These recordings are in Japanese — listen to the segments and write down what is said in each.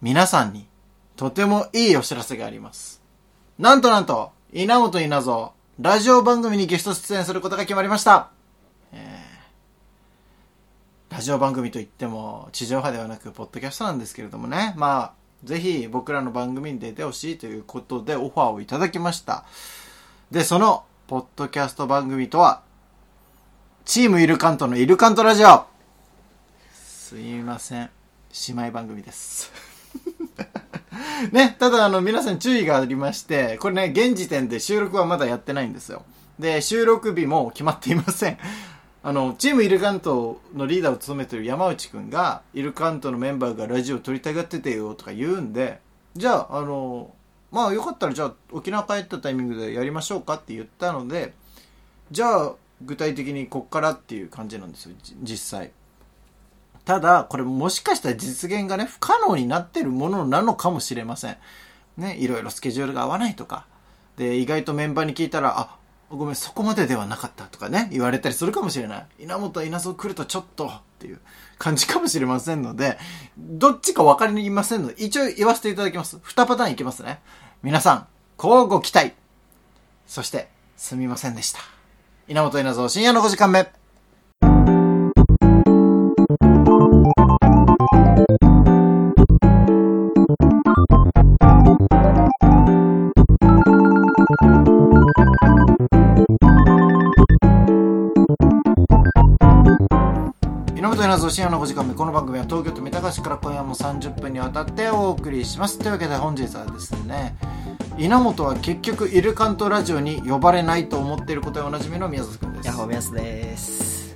皆さんにとてもいいお知らせがあります。なんと、稲本稲造、ラジオ番組にゲスト出演することが決まりました。ラジオ番組といっても地上波ではなくポッドキャストなんですけれどもね、ぜひ僕らの番組に出てほしいということでオファーをいただきました。で、そのポッドキャスト番組とは、チームイルカントのイルカントラジオ。すいません、姉妹番組ですね、ただ皆さん注意がありまして、これね、現時点で収録はまだやってないんですよ。で、収録日も決まっていません。チームイルカントのリーダーを務めている山内くんが、イルカントのメンバーがラジオを撮りたがっててよとか言うんで、じゃあ、よかったらじゃあ沖縄帰ったタイミングでやりましょうかって言ったので、じゃあ具体的にこっからっていう感じなんですよ、実際。ただ、これもしかしたら実現がね、不可能になってるものなのかもしれません。ね、いろいろスケジュールが合わないとか。で、意外とメンバーに聞いたら、ごめん、そこまでではなかったとかね、言われたりするかもしれない。稲本稲造来るとちょっとっていう感じかもしれませんので、どっちか分かりませんので、一応言わせていただきます。2パターンいきますね。皆さん、乞うご期待。そして、すみませんでした。稲本稲造深夜の5時間目。深夜の5時間目。この番組は東京都三鷹市から今夜も30分にわたってお送りします。というわけで本日はですね、稲本は結局イルカントラジオに呼ばれないと思っていることでおなじみの宮里くんです。 やほみやすです。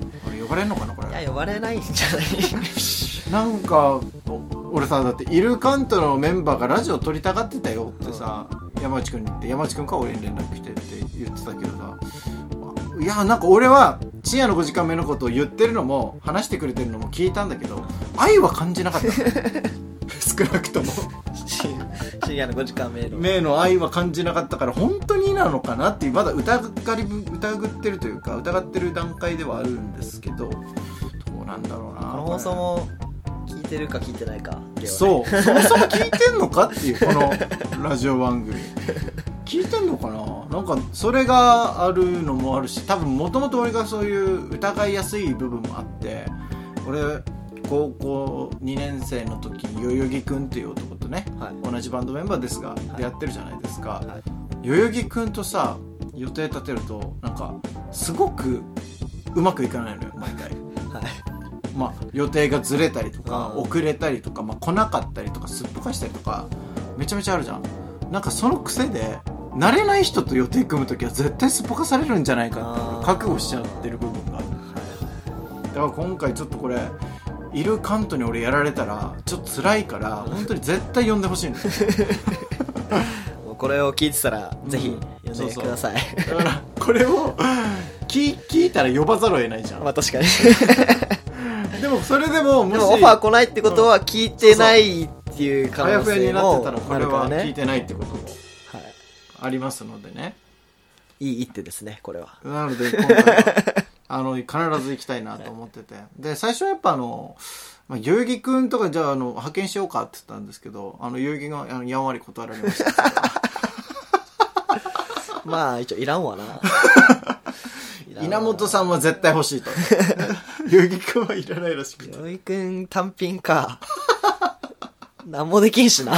これ呼ばれんのかなこれ。 いや、呼ばれないんじゃないなんか俺さ、だってイルカントのメンバーがラジオ撮りたがってたよってさ、山内くんに言って、山内くんから俺に連絡来てって言ってたけどさ、いや、なんか俺は深夜の5時間目のことを言ってるのも話してくれてるのも聞いたんだけど、愛は感じなかった少なくとも深夜の5時間目の愛は感じなかったから、本当になのかなっていう、まだ疑ってるというか疑ってる段階ではあるんですけど、どうなんだろうな。 この放送も聞いてるか聞いてないか、 そう、そもそも聞いてんのかっていうこのラジオ番組聞いてんのかな。なんかそれがあるのもあるし、多分もともと俺がそういう疑いやすい部分もあって、俺高校2年生の時に代々木くんっていう男とね、同じバンドメンバーですが出会ってるじゃないですか。代々木くんとさ、予定立てるとなんかすごくうまくいかないのよ、毎回。予定がずれたりとか遅れたりとか、来なかったりとかすっぽかしたりとかめちゃめちゃあるじゃん。なんかその癖で慣れない人と予定組むときは絶対すっぽかされるんじゃないかって覚悟しちゃってる部分がある。だから今回ちょっとこれイルカントに俺やられたらちょっと辛いから、本当に絶対呼んでほしいんだよこれを聞いてたらぜひ呼んでください。 だからこれを聞いたら呼ばざるを得ないじゃん。 確かにでもそれでもオファー来ないってことは聞いてないっていう可能性もあるからね。あやふやになってたらこれは聞いてないってこともありますのでね。 いい一手ですね、これは。 なので今回は必ず行きたいなと思ってて、で最初はやっぱ代々木くんとかじゃあ派遣しようかって言ったんですけど、代々木がやんわり断られました一応いらんわな稲本さんは絶対欲しいと代々木くんはいらないらしくて、 代々木くん単品かなんもできんしな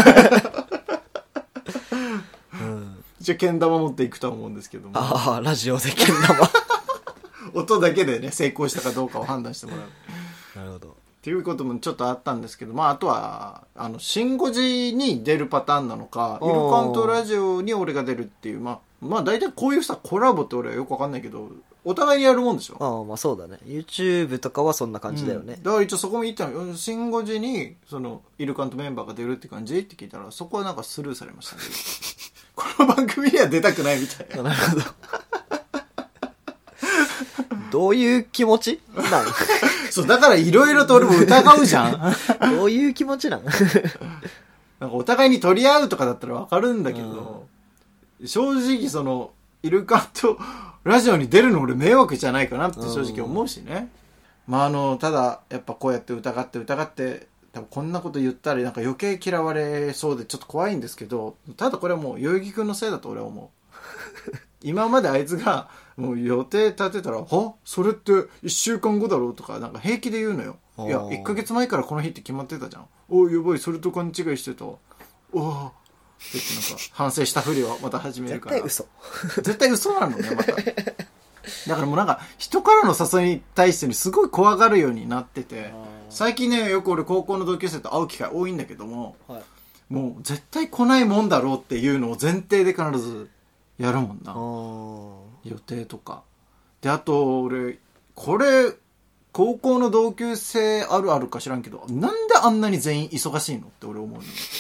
一応けん玉持っていくとは思うんですけども、 ラジオでけん玉音だけでね成功したかどうかを判断してもらうなるほどっていうこともちょっとあったんですけど、あとはシンゴジに出るパターンなのか、イルカントラジオに俺が出るっていう、大体こういうさコラボって俺はよくわかんないけど、お互いにやるもんでしょ。 そうだね。 YouTube とかはそんな感じだよね、 だから一応そこも言ったの、シンゴジにイルカントメンバーが出るって感じって聞いたら、そこはなんかスルーされましたねこの番組には出たくないみたいな。 なるほどどういう気持ちなんそうだからいろいろと俺も疑うじゃんどういう気持ちなんなんかお互いに取り合うとかだったらわかるんだけど、正直イルカントラジオに出るの俺迷惑じゃないかなって正直思うしね。ただやっぱこうやって疑って多分こんなこと言ったらなんか余計嫌われそうでちょっと怖いんですけど、ただこれはもう代々木くんのせいだと俺は思う。今まであいつがもう予定立てたら、はそれって1週間後だろうとかなんか平気で言うのよ。いや1ヶ月前からこの日って決まってたじゃん。おやばい、それと勘違いしてた。おおってなんか反省したふりをまた始めるから。絶対嘘なのねまた。だからもうなんか人からの誘いに対してすごい怖がるようになってて、最近ねよく俺高校の同級生と会う機会多いんだけども、はい、もう絶対来ないもんだろうっていうのを前提で必ずやるもんな、予定とかで。あと俺これ高校の同級生あるあるか知らんけど、なんであんなに全員忙しいのって俺思うの。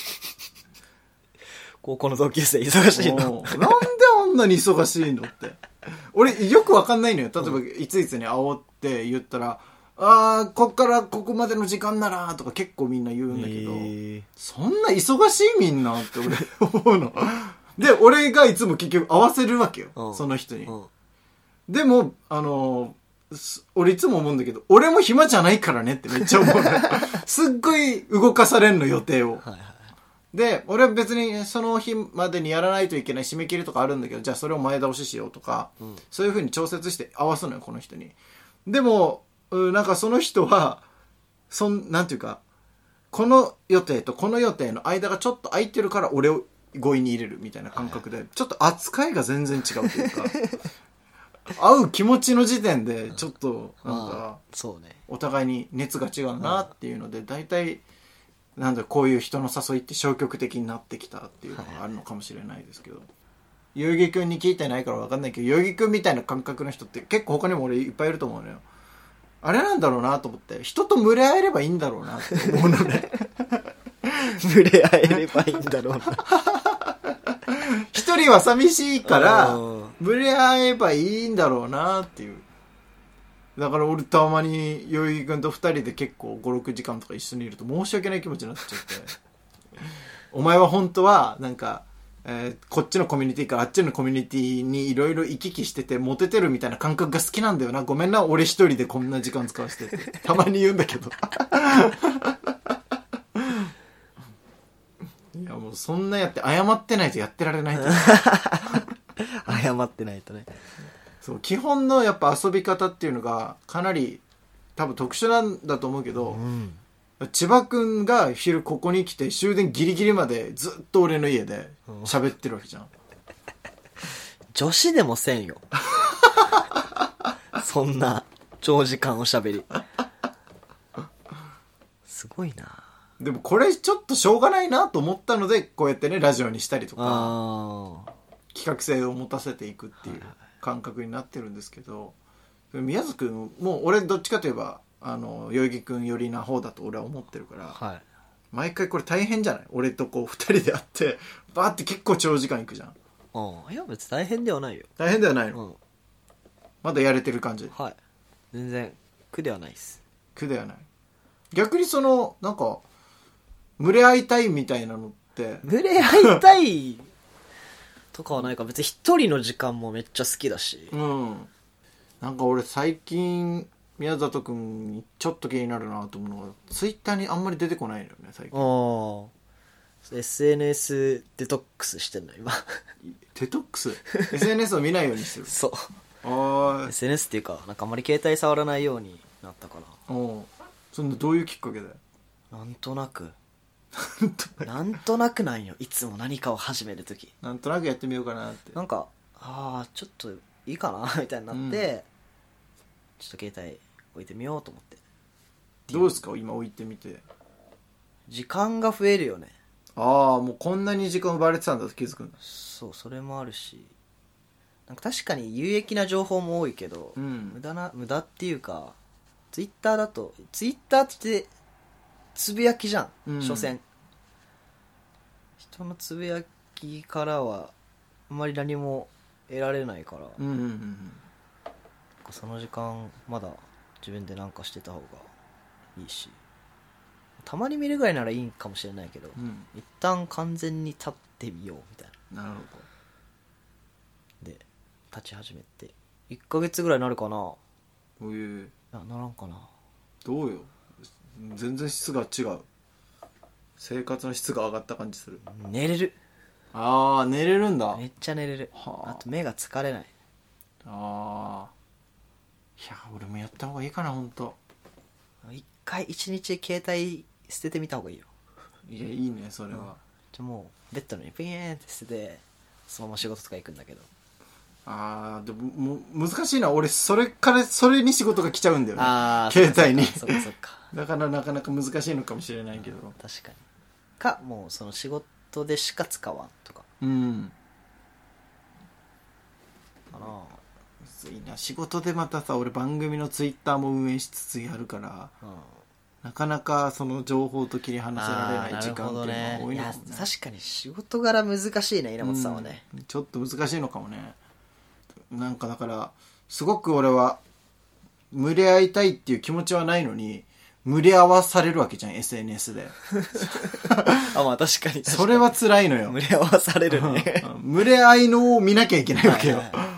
高校の同級生忙しいのなんであんなに忙しいのって俺よくわかんないのよ。例えばいついつに会おうって言ったら、こっからここまでの時間ならとか結構みんな言うんだけど、そんな忙しいみんなって俺思うの。で俺がいつも結局合わせるわけよ、その人に。でも俺いつも思うんだけど、俺も暇じゃないからねってめっちゃ思うの。すっごい動かされんの予定を。はいはい、で俺は別にその日までにやらないといけない締め切りとかあるんだけど、じゃあそれを前倒ししようとか、そういう風に調節して合わすのよこの人に。でもなんかその人はなんていうか、この予定とこの予定の間がちょっと空いてるから俺を強引に入れるみたいな感覚で、ちょっと扱いが全然違うというか会う気持ちの時点でちょっとなんかお互いに熱が違うなっていうので、大体なんだこういう人の誘いって消極的になってきたっていうのがあるのかもしれないですけど、代々木くんに聞いてないから分かんないけど、代々木くんみたいな感覚の人って結構他にも俺いっぱいいると思うのよ。あれなんだろうなと思って、人と群れ合えればいいんだろうなって思うのね。 群れ合えればいいんだろうな。 一人は寂しいから群れ合えばいいんだろうなっていう。だから俺たまに代々木くんと2人で結構 5,6 時間とか一緒にいると申し訳ない気持ちになっちゃってお前は本当はなんか、こっちのコミュニティからあっちのコミュニティにいろいろ行き来しててモテてるみたいな感覚が好きなんだよな、ごめんな俺一人でこんな時間使わせてってたまに言うんだけどいやもうそんなやって謝ってないとやってられないと謝ってないとね。 そう基本のやっぱ遊び方っていうのがかなり多分特殊なんだと思うけど、千葉くんが昼ここに来て終電ギリギリまでずっと俺の家で喋ってるわけじゃん。 女子でもせんよ。そんな長時間おしゃべり。すごいな。 でもこれちょっとしょうがないなと思ったのでこうやってねラジオにしたりとか企画性を持たせていくっていう感覚になってるんですけど、宮津くんもう俺どっちかといえば代々木くん寄りな方だと俺は思ってるから、はい、毎回これ大変じゃない？俺とこう2人で会ってバーって結構長時間行くじゃん。 いや別に大変ではないよ。 大変ではないの、まだやれてる感じ。 はい、全然苦ではないです。 苦ではない。逆になんか群れ合いたいみたいなのって群れ合いたいとかはないか。別に一人の時間もめっちゃ好きだし、 なんか俺最近宮里くんにちょっと気になるなと思うのがツイッターにあんまり出てこないのよね最近。 SNS デトックスしてんの今。 デトックスSNS を見ないようにしてる。 そう。SNS っていうかなんかあんまり携帯触らないようになったから。 そんなどういうきっかけで？ なんとなくなんとなくなんよ。いつも何かを始めるときなんとなくやってみようかなって、 なんかちょっといいかなみたいになって、ちょっと携帯置いてみようと思って。 どうですか今置いてみて？ 時間が増えるよね。 もうこんなに時間奪われてたんだと気づくんだ。 そう、それもあるし、なんか確かに有益な情報も多いけど、無駄っていうか、ツイッターってつぶやきじゃん、所詮。人のつぶやきからはあんまり何も得られないから、その時間まだ自分で何かしてた方がいいし、たまに見るぐらいならいいかもしれないけど、一旦完全に立ってみようみたいな。 なるほど。で立ち始めて1ヶ月ぐらいになるかな。 いやならんかな。 どうよ、全然質が違う。 生活の質が上がった感じする。 寝れる。 ああ、寝れるんだ。 めっちゃ寝れる。 はあ、 あと目が疲れない。 ああ、いや俺もやった方がいいかな、ほんと。 一日携帯捨ててみた方がいいよ。 いや、いいねそれは。 じゃもうベッドにピーンって捨ててそのまま仕事とか行くんだけど。 ああ、でも難しいな。俺それに仕事が来ちゃうんだよね。 ああ、 携帯に。 そっかそっか。 だからなかなか難しいのかもしれないけど。 確かに。かもうその仕事でしか使わんとか。 うん。 かな。 むずいな。仕事でまたさ、俺番組のツイッターも運営しつつやるから、なかなかその情報と切り離せられない時間っていうのが多いのかもね。 いや確かに仕事柄難しいね、稲本さんはね。 ちょっと難しいのかもね。なんかだからすごく俺は群れ合いたいっていう気持ちはないのに群れ合わされるわけじゃん SNS で。 あ、まあ確かに。 それは辛いのよ。 群れ合わされるね。 群れ合いのを見なきゃいけないわけよ。 はいはいはい、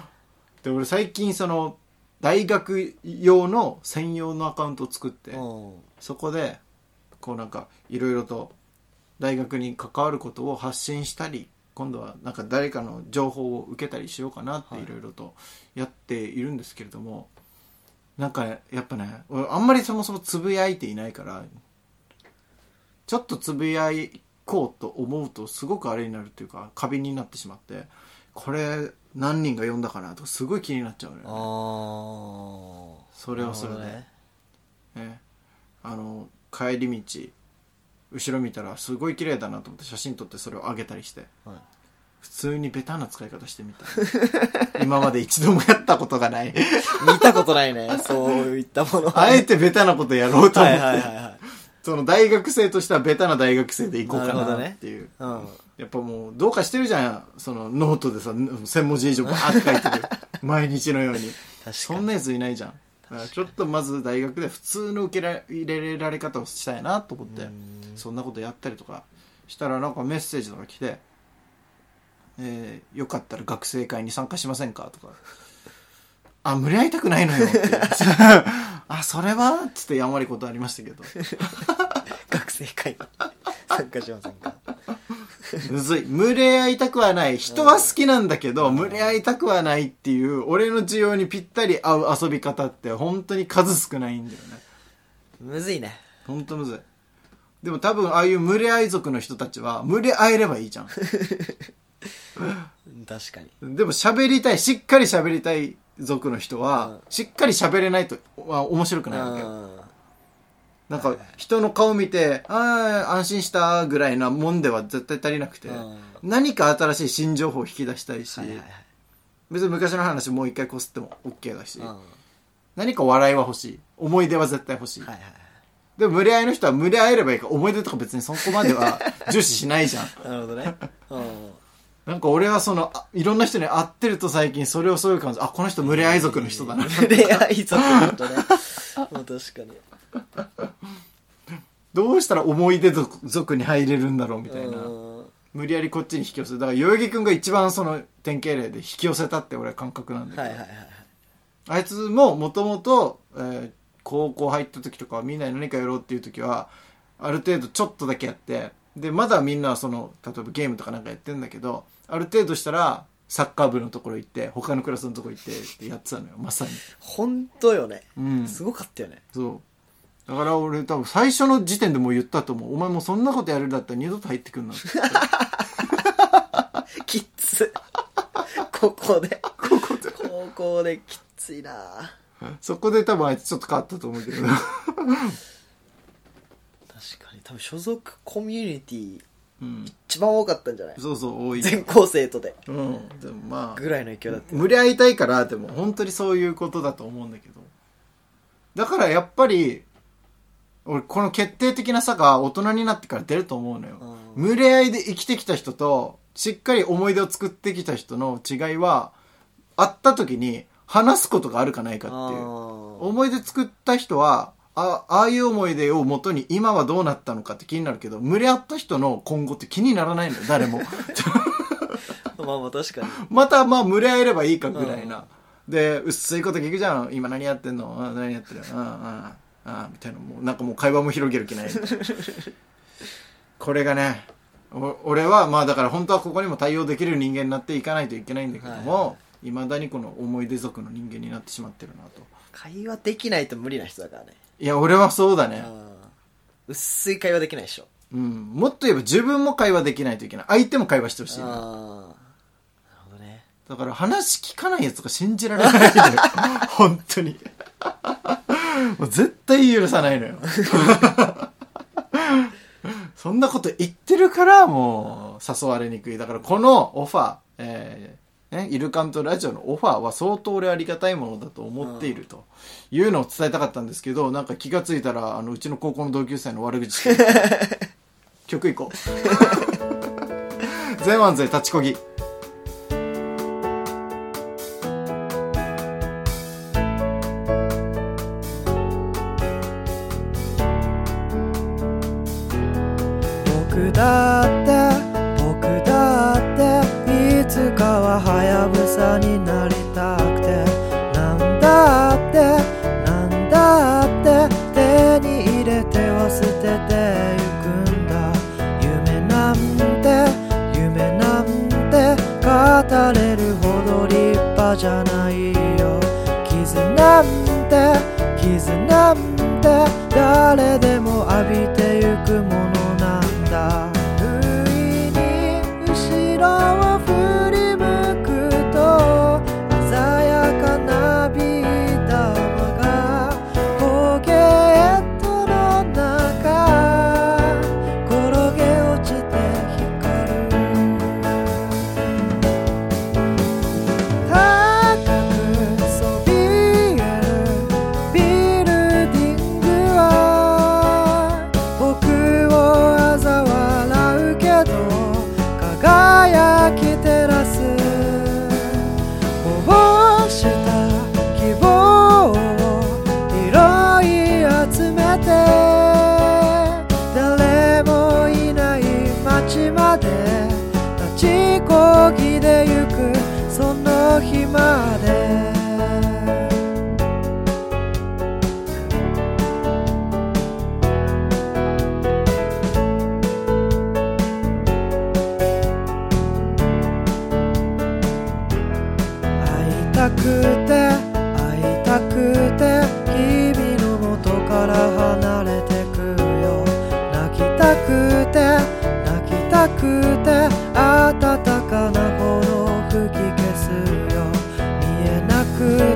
で俺最近その大学用の専用のアカウントを作って、そこでこうなんかいろいろと大学に関わることを発信したり、今度はなんか誰かの情報を受けたりしようかなっていろいろとやっているんですけれども、なんかやっぱね、俺あんまりそもそもつぶやいていないから、ちょっとつぶやこうと思うとすごくあれになるっていうか過敏になってしまって、これ何人が読んだかなとかすごい気になっちゃうのよね。それはそれで、ね、帰り道後ろ見たらすごい綺麗だなと思って写真撮ってそれを上げたりして、普通にベタな使い方してみた。今まで一度もやったことがない。 見たことないね、そういったもの。 あえてベタなことやろうと思って、その大学生としてはベタな大学生で行こうかなっていう、やっぱもうどうかしてるじゃん、そのノートでさ1000文字以上バーって書いてる毎日のように。そんなやついないじゃん。だからちょっとまず大学で普通の受け入れられ方をしたいなと思って、そんなことやったりとかしたらなんかメッセージとか来て、よかったら学生会に参加しませんかとか、あ、無理会いたくないのよってあ、それはっつってやんわりことありましたけど学生会に参加しませんか。 むずい。群れ合いたくはない。人は好きなんだけど、群れ合いたくはないっていう、俺の需要にぴったり合う遊び方って本当に数少ないんだよね。 むずいね。 本当むずい。でも多分ああいう群れ合い族の人たちは、群れ合えればいいじゃん。 確かに。 でも喋りたい、しっかり喋りたい族の人は、しっかり喋れないと面白くないわけよ。なんか人の顔見て、ああ安心したぐらいなもんでは絶対足りなくて、何か新しい新情報を引き出したいし、別に昔の話もう一回こすっても OK だし、何か笑いは欲しい、思い出は絶対欲しい、でも群れ合いの人は群れ合えればいいから、思い出とか別にそこまでは重視しないじゃん。 なるほどね。 なんか俺はそのいろんな人に会ってると最近それをそういう感じ、あ、この人群れ合い族の人だな。 群れ合い族の人ね。もう確かに。 どうしたら思い出族に入れるんだろうみたいな、無理やりこっちに引き寄せる。だから代々木くんが一番その典型例で引き寄せたって俺は感覚なんだけど、あいつももともと高校入った時とかはみんなに何かやろうっていう時はある程度ちょっとだけやって、でまだみんなはその例えばゲームとかなんかやってんだけど、ある程度したらサッカー部のところ行って他のクラスのところ行ってってやってたのよ、まさに。 本当よね、すごかったよね。 そうだから俺多分最初の時点でもう言ったと思う。お前もうそんなことやるんだったら二度と入ってくんなってきっつ。高校できっついな。 そこで多分あいつちょっと変わったと思うけど確かに多分所属コミュニティ、一番多かったんじゃない？ そうそう多い。 全校生徒で。 でもまあぐらいの勢いだった。 群れ合いたいからでも本当にそういうことだと思うんだけど、だからやっぱり俺この決定的な差が大人になってから出ると思うのよ。群れ合いで生きてきた人としっかり思い出を作ってきた人の違いは、会った時に話すことがあるかないかっていう。思い出作った人はああいう思い出をもとに今はどうなったのかって気になるけど、群れ合った人の今後って気にならないのよ誰も。 まあまあ確かに。 またまあ群れ合えればいいかぐらいな。で薄いこと聞くじゃん。今何やってんの？何やってる？みたいな、もうなんかもう会話も広げる気ない。 これがね、俺はまあだから本当はここにも対応できる人間になっていかないといけないんだけども、未だにこの思い出族の人間になってしまってるなと。 会話できないと無理な人だからね。 いや俺はそうだね。 薄い会話できないでしょ。 うん、もっと言えば自分も会話できないといけない。相手も会話してほしいな。 なるほどね。 だから話聞かないやつが信じられないのよ。本当に。もう絶対許さないのよ。そんなこと言ってるからもう誘われにくい。だからこのオファー、イルカントラジオのオファーは相当俺ありがたいものだと思っているというのを伝えたかったんですけど、なんか気がついたらうちの高校の同級生の悪口曲いこう。全漫才立ちこぎ。 僕だっていつかははやぶさになりたくて、なんだって手に入れては捨ててゆくんだ。夢なんて語れるほど立派じゃないよ。傷なんて誰でも浴びてゆくものなんだ。不意に後ろを振り向くと鮮やかなビー玉がポケットの中転げ落ちて光る。高くそびえるビルディングは僕を嘲笑うけど輝き照らす。こぼした希望を拾い集めて誰もいない街まで立ちこぎでゆくその日まで。会いたくて君の元から離れてくよ。泣きたくて暖かなほど吹き消すよ。見えな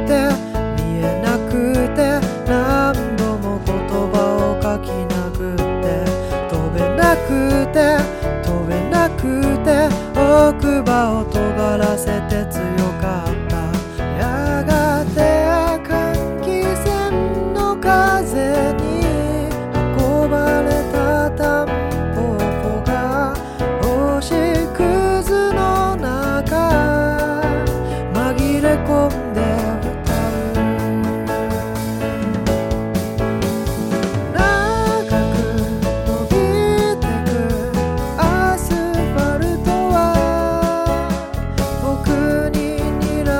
くて何度も言葉を書き殴って飛べなくて奥歯を尖らせて強かった。やがて換気扇の風に運ばれたタンポポが星屑の中紛れ込んで歌う。長く伸びてくアスファルトは僕に睨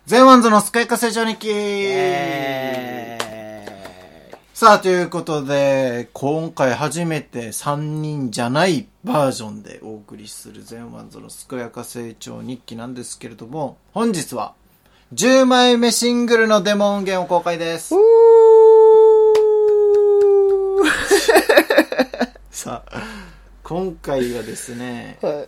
ゼンワンズのスカイ化成長日記、さあ、ということで、今回初めて3人じゃないバージョンでお送りするゼンワンズの健やか成長日記なんですけれども、本日は10枚目シングルのデモ音源を公開です。さあ、今回はですね、はい、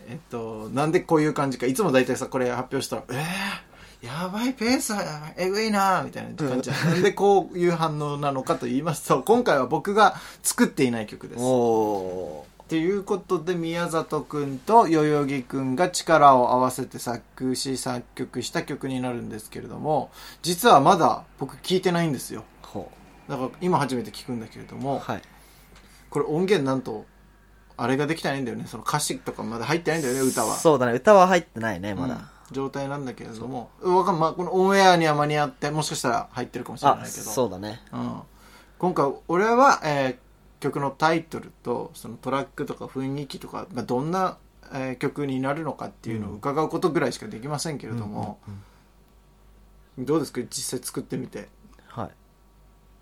なんでこういう感じか、いつも大体さ、これ発表したら、やばいペースはやばい、えぐいなみたいな感じ、なんでこういう反応なのかと言いますと、今回は僕が作っていない曲です。ということで、宮里くんと代々木くんが力を合わせて作詞作曲した曲になるんですけれども、実はまだ僕聞いてないんですよ。だから今初めて聞くんだけれども、はい、これ音源なんとあれができてないんだよね。その歌詞とかまだ入ってないんだよね、歌は。 そうだね、歌は入ってないね、まだ。 状態なんだけれども、このオンエアには間に合って、もしかしたら入ってるかもしれないけど。 そうだね。 今回、俺は、曲のタイトルと、そのトラックとか雰囲気とか、どんな、曲になるのかっていうのを伺うことぐらいしかできませんけれども、どうですか、実際作ってみて。はい。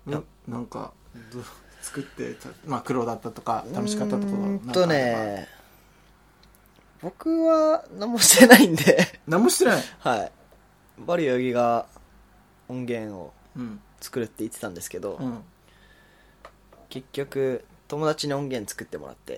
なんか、作って、苦労だったとか、楽しかったとか。 僕は何もしてないんで何もしてない。 はい。バリヨギが音源を作るって言ってたんですけど、結局友達に音源作ってもらって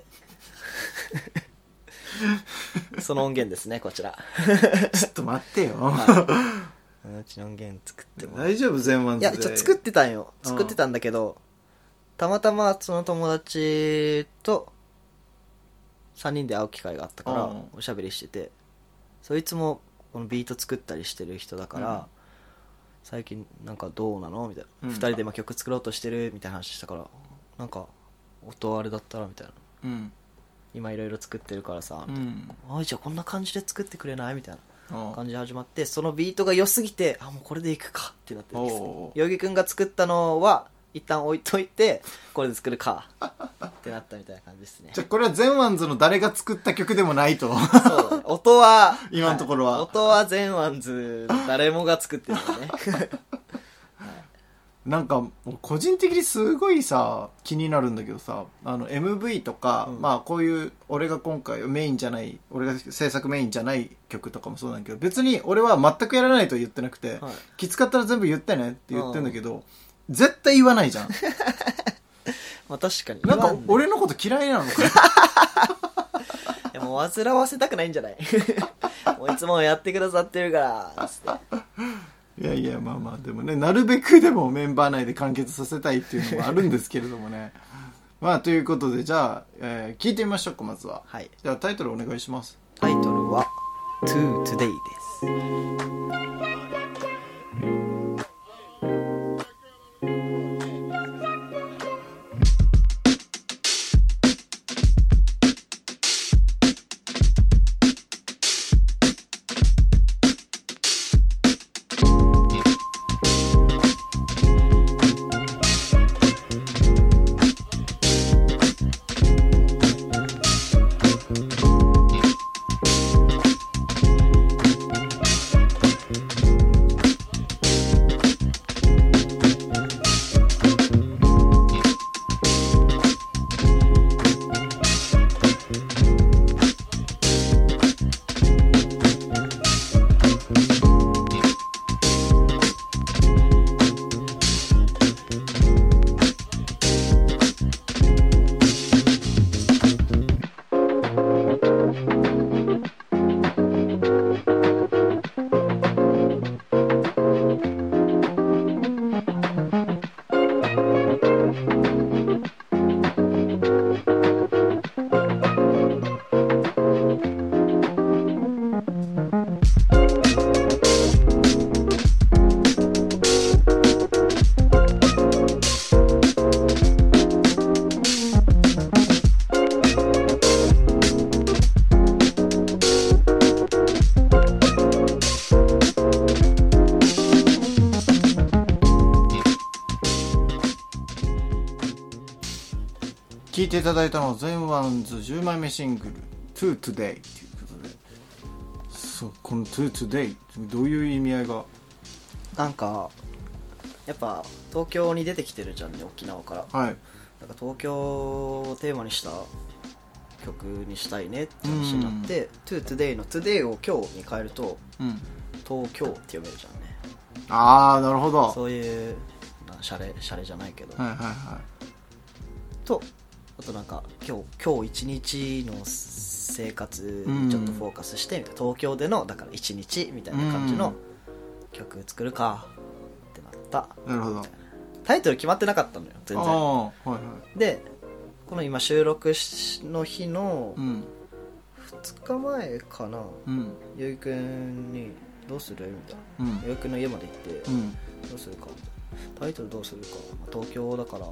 その音源ですね、こちらちょっと待ってよ、友達に音源作ってもらって。 大丈夫、全ワンズで。 いや、作ってたんよ。作ってたんだけど、たまたまその友達と3人で会う機会があったからおしゃべりしてて、そいつもこのビート作ったりしてる人だから、最近なんかどうなのみたいな、2人で今曲作ろうとしてるみたいな話したから、なんか音あれだったらみたいな、今いろいろ作ってるからさみたいな、じゃあこんな感じで作ってくれないみたいな感じで始まって、そのビートが良すぎて、もうこれでいくかってなってるんです。ヨギくんが作ったのは一旦置いといて、これで作るかってなったみたいな感じですね。 じゃあこれはゼンワンズの誰が作った曲でもないと。 そう、音は今のところは、 音はゼンワンズ誰もが作ってるんだね。 なんか個人的にすごいさ気になるんだけどさ、MV とか、こういう俺が今回メインじゃない、俺が制作メインじゃない曲とかもそうなんだけど、別に俺は全くやらないとは言ってなくて、きつかったら全部言ってねって言ってんだけど、絶対言わないじゃん。 確かに。 なんか俺のこと嫌いなのかいや、もう煩わせたくないんじゃない。もういつもやってくださってるからつって。 いやいや、でもね、なるべくでもメンバー内で完結させたいっていうのもあるんですけれどもね。ということで、じゃあ、聞いてみましょうか、まずは。はい。じゃあタイトルお願いします。 タイトルは To Today です。 聴いていただいたのはゼンワンズ10枚目シングル To Today ということで、そう、この To Today どういう意味合いがなんかやっぱ東京に出てきてるじゃんね、沖縄から。 はい。 なんか東京をテーマにした曲にしたいねって話になって、To Today の Today を今日に変えると、東京って読めるじゃんね。 ああ、なるほど。 そういうシャレじゃないけど、 はいはいはい。 とあとなんか今日一日の生活にちょっとフォーカスして、東京でのだから一日みたいな感じの曲作るかってなった。 なるほど。 タイトル決まってなかったのよ全然。 はいはい、 でこの今収録の日の2日前かな、ゆういくんにどうするみたいな、ゆういくんの家まで行って、どうするかみたいな、タイトルどうするか、東京だから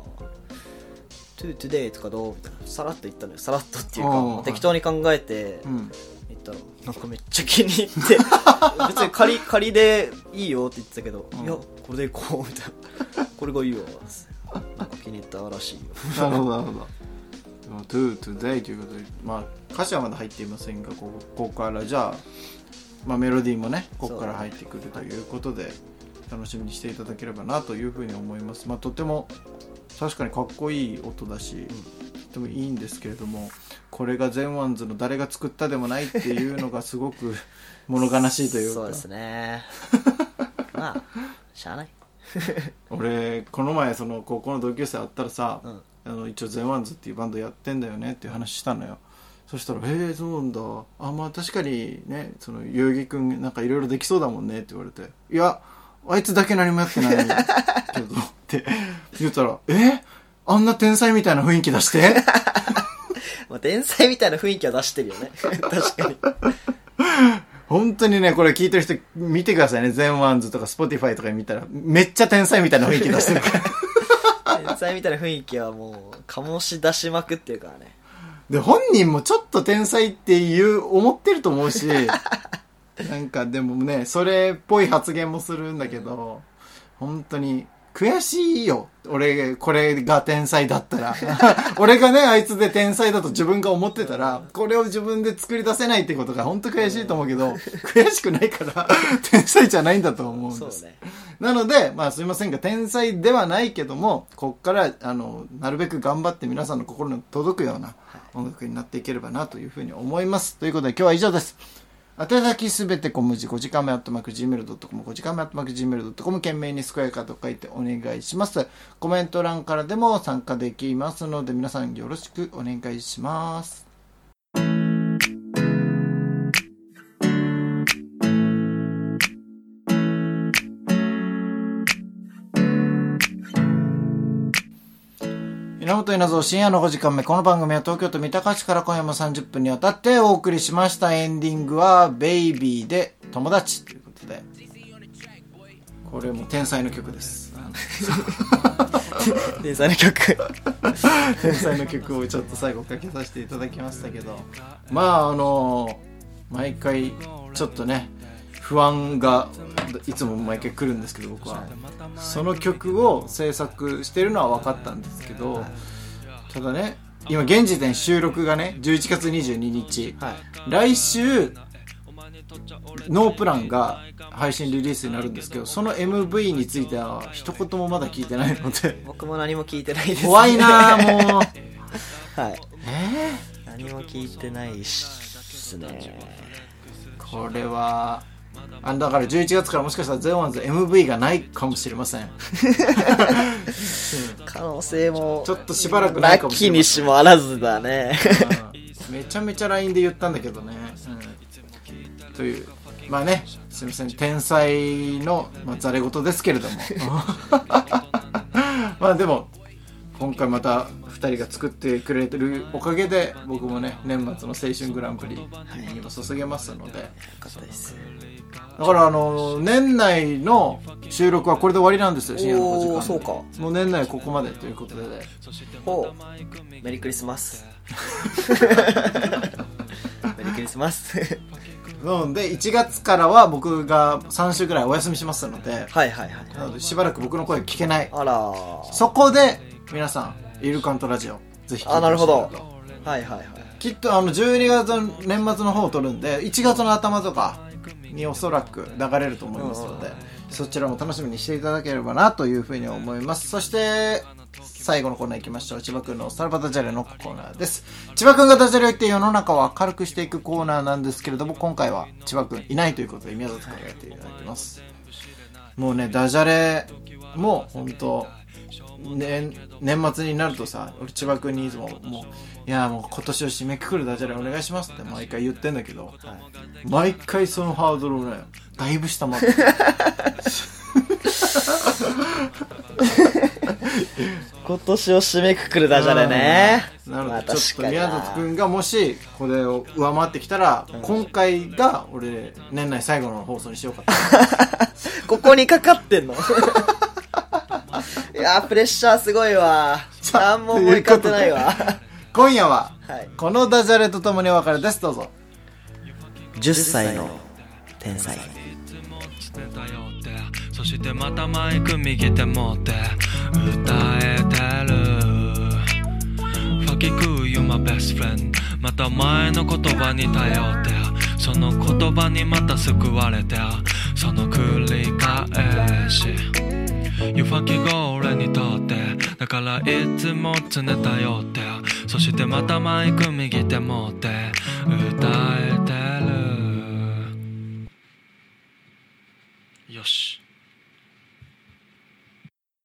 Today とかどうみたいな、さらっと言ったのよ。さらっとっていうか適当に考えて言ったら、なんかめっちゃ気に入って別に仮でいいよって言ってたけど、いやこれでいこうみたいな、これがいいわなんか気に入ったらしいよなるほどなるほど。Today ということで、まあ歌詞はまだ入っていませんが、ここからじゃあ、まあ、メロディーもねここから入ってくるということで、楽しみにしていただければなというふうに思います。まあとても確かにかっこいい音だし、とてもいいんですけれども、これがゼンワンズの誰が作ったでもないっていうのがすごく物悲しいというかそうですねまあしゃあない俺この前その高校の同級生会ったらさ、一応ゼンワンズっていうバンドやってんだよねっていう話したのよ。そしたらそうなんだ、まあ確かにね、その代々木くんなんかいろいろできそうだもんねって言われて、いやあいつだけ何もやってないけどって言ったら、あんな天才みたいな雰囲気出してまあ天才みたいな雰囲気は出してるよね確かに本当にね、これ聞いてる人見てくださいね。ゼンワンズとかスポティファイとか見たらめっちゃ天才みたいな雰囲気出してるから天才みたいな雰囲気はもう醸し出しまくってるからね。 で本人もちょっと天才って思ってると思うしなんかでもね、それっぽい発言もするんだけど、本当に悔しいよ。俺、これが天才だったら。俺がね、あいつで天才だと自分が思ってたら、これを自分で作り出せないってことが本当悔しいと思うけど、悔しくないから、天才じゃないんだと思うんです。 そうね。 なので、まあすいませんが、天才ではないけども、こっから、なるべく頑張って皆さんの心に届くような音楽になっていければなというふうに思います。ということで今日は以上です。宛先すべて小文字5時間目@gmail.com 5時間目@gmail.com 懸命にスクエアカーと書いてお願いします。コメント欄からでも参加できますので皆さんよろしくお願いします。稲本稲造深夜の5時間目。この番組は東京都三鷹市から今夜も30分にわたってお送りしました。エンディングはベイビーで友達ということで、これも天才の曲です天才の曲天才の曲をちょっと最後かけさせていただきましたけど、まあ毎回ちょっとね不安がいつも毎回来るんですけど、僕はその曲を制作してるのは分かったんですけど、ただね今現時点収録がね11月22日、来週ノープランが配信リリースになるんですけど、その MV については一言もまだ聞いてないので僕も何も聞いてないです、ね、 怖いなもうはい何も聞いてないっすね。 これはだから11月からもしかしたらゼロワンズ MV がないかもしれません可能性もちょっとしばらくないかもしれません。 なきにしもあらずだねめちゃめちゃ LINE で言ったんだけどね、というまあね、すみません、天才のざれ言ですけれどもまあでも今回また2人が作ってくれてるおかげで僕もね年末の青春グランプリにも注げますので、よかったです。 だから年内の収録はこれで終わりなんですよ。深夜の5時間。 そうか。 もう年内ここまでということで、 メリークリスマスメリークリスマスなので1月からは僕が3週ぐらいお休みしますので、なのでしばらく僕の声聞けない。 あら、 そこで皆さんイルカントラジオぜひ聞いてほしいなと。 なるほど。きっと 12月の年末の方を撮るんで1月の頭とかにおそらく流れると思いますので、 そちらも楽しみにしていただければなというふうに思います。そして最後のコーナー行きましょう。千葉くんのさらばダジャレのコーナーです。千葉くんがダジャレを言って世の中を明るくしていくコーナーなんですけれども、今回は千葉くんいないということで宮里くんがやっていただきます。もうね、ダジャレも本当年末になるとさ、俺千葉くんにいつもいやもう今年を締めくくるダジャレお願いしますって毎回言ってんだけど、毎回そのハードルをねだいぶ下回って今年を締めくくるダジャレね。 なのでちょっと宮里くんがもしこれを上回ってきたら、今回が俺年内最後の放送にしようかとここにかかってんのいやプレッシャーすごいわ。何も思い浮かんでないわ。 今夜はこのダジャレとともにお別れです。どうぞ。 10歳の天才。 そしてまたマイク右手持って歌えてる Fuck you, you're my best friend また前の言葉に頼ってその言葉にまた救われてその繰り返し You fuck you が俺にとってだからいつも常頼ってそしてまたマイク右手持って歌えてる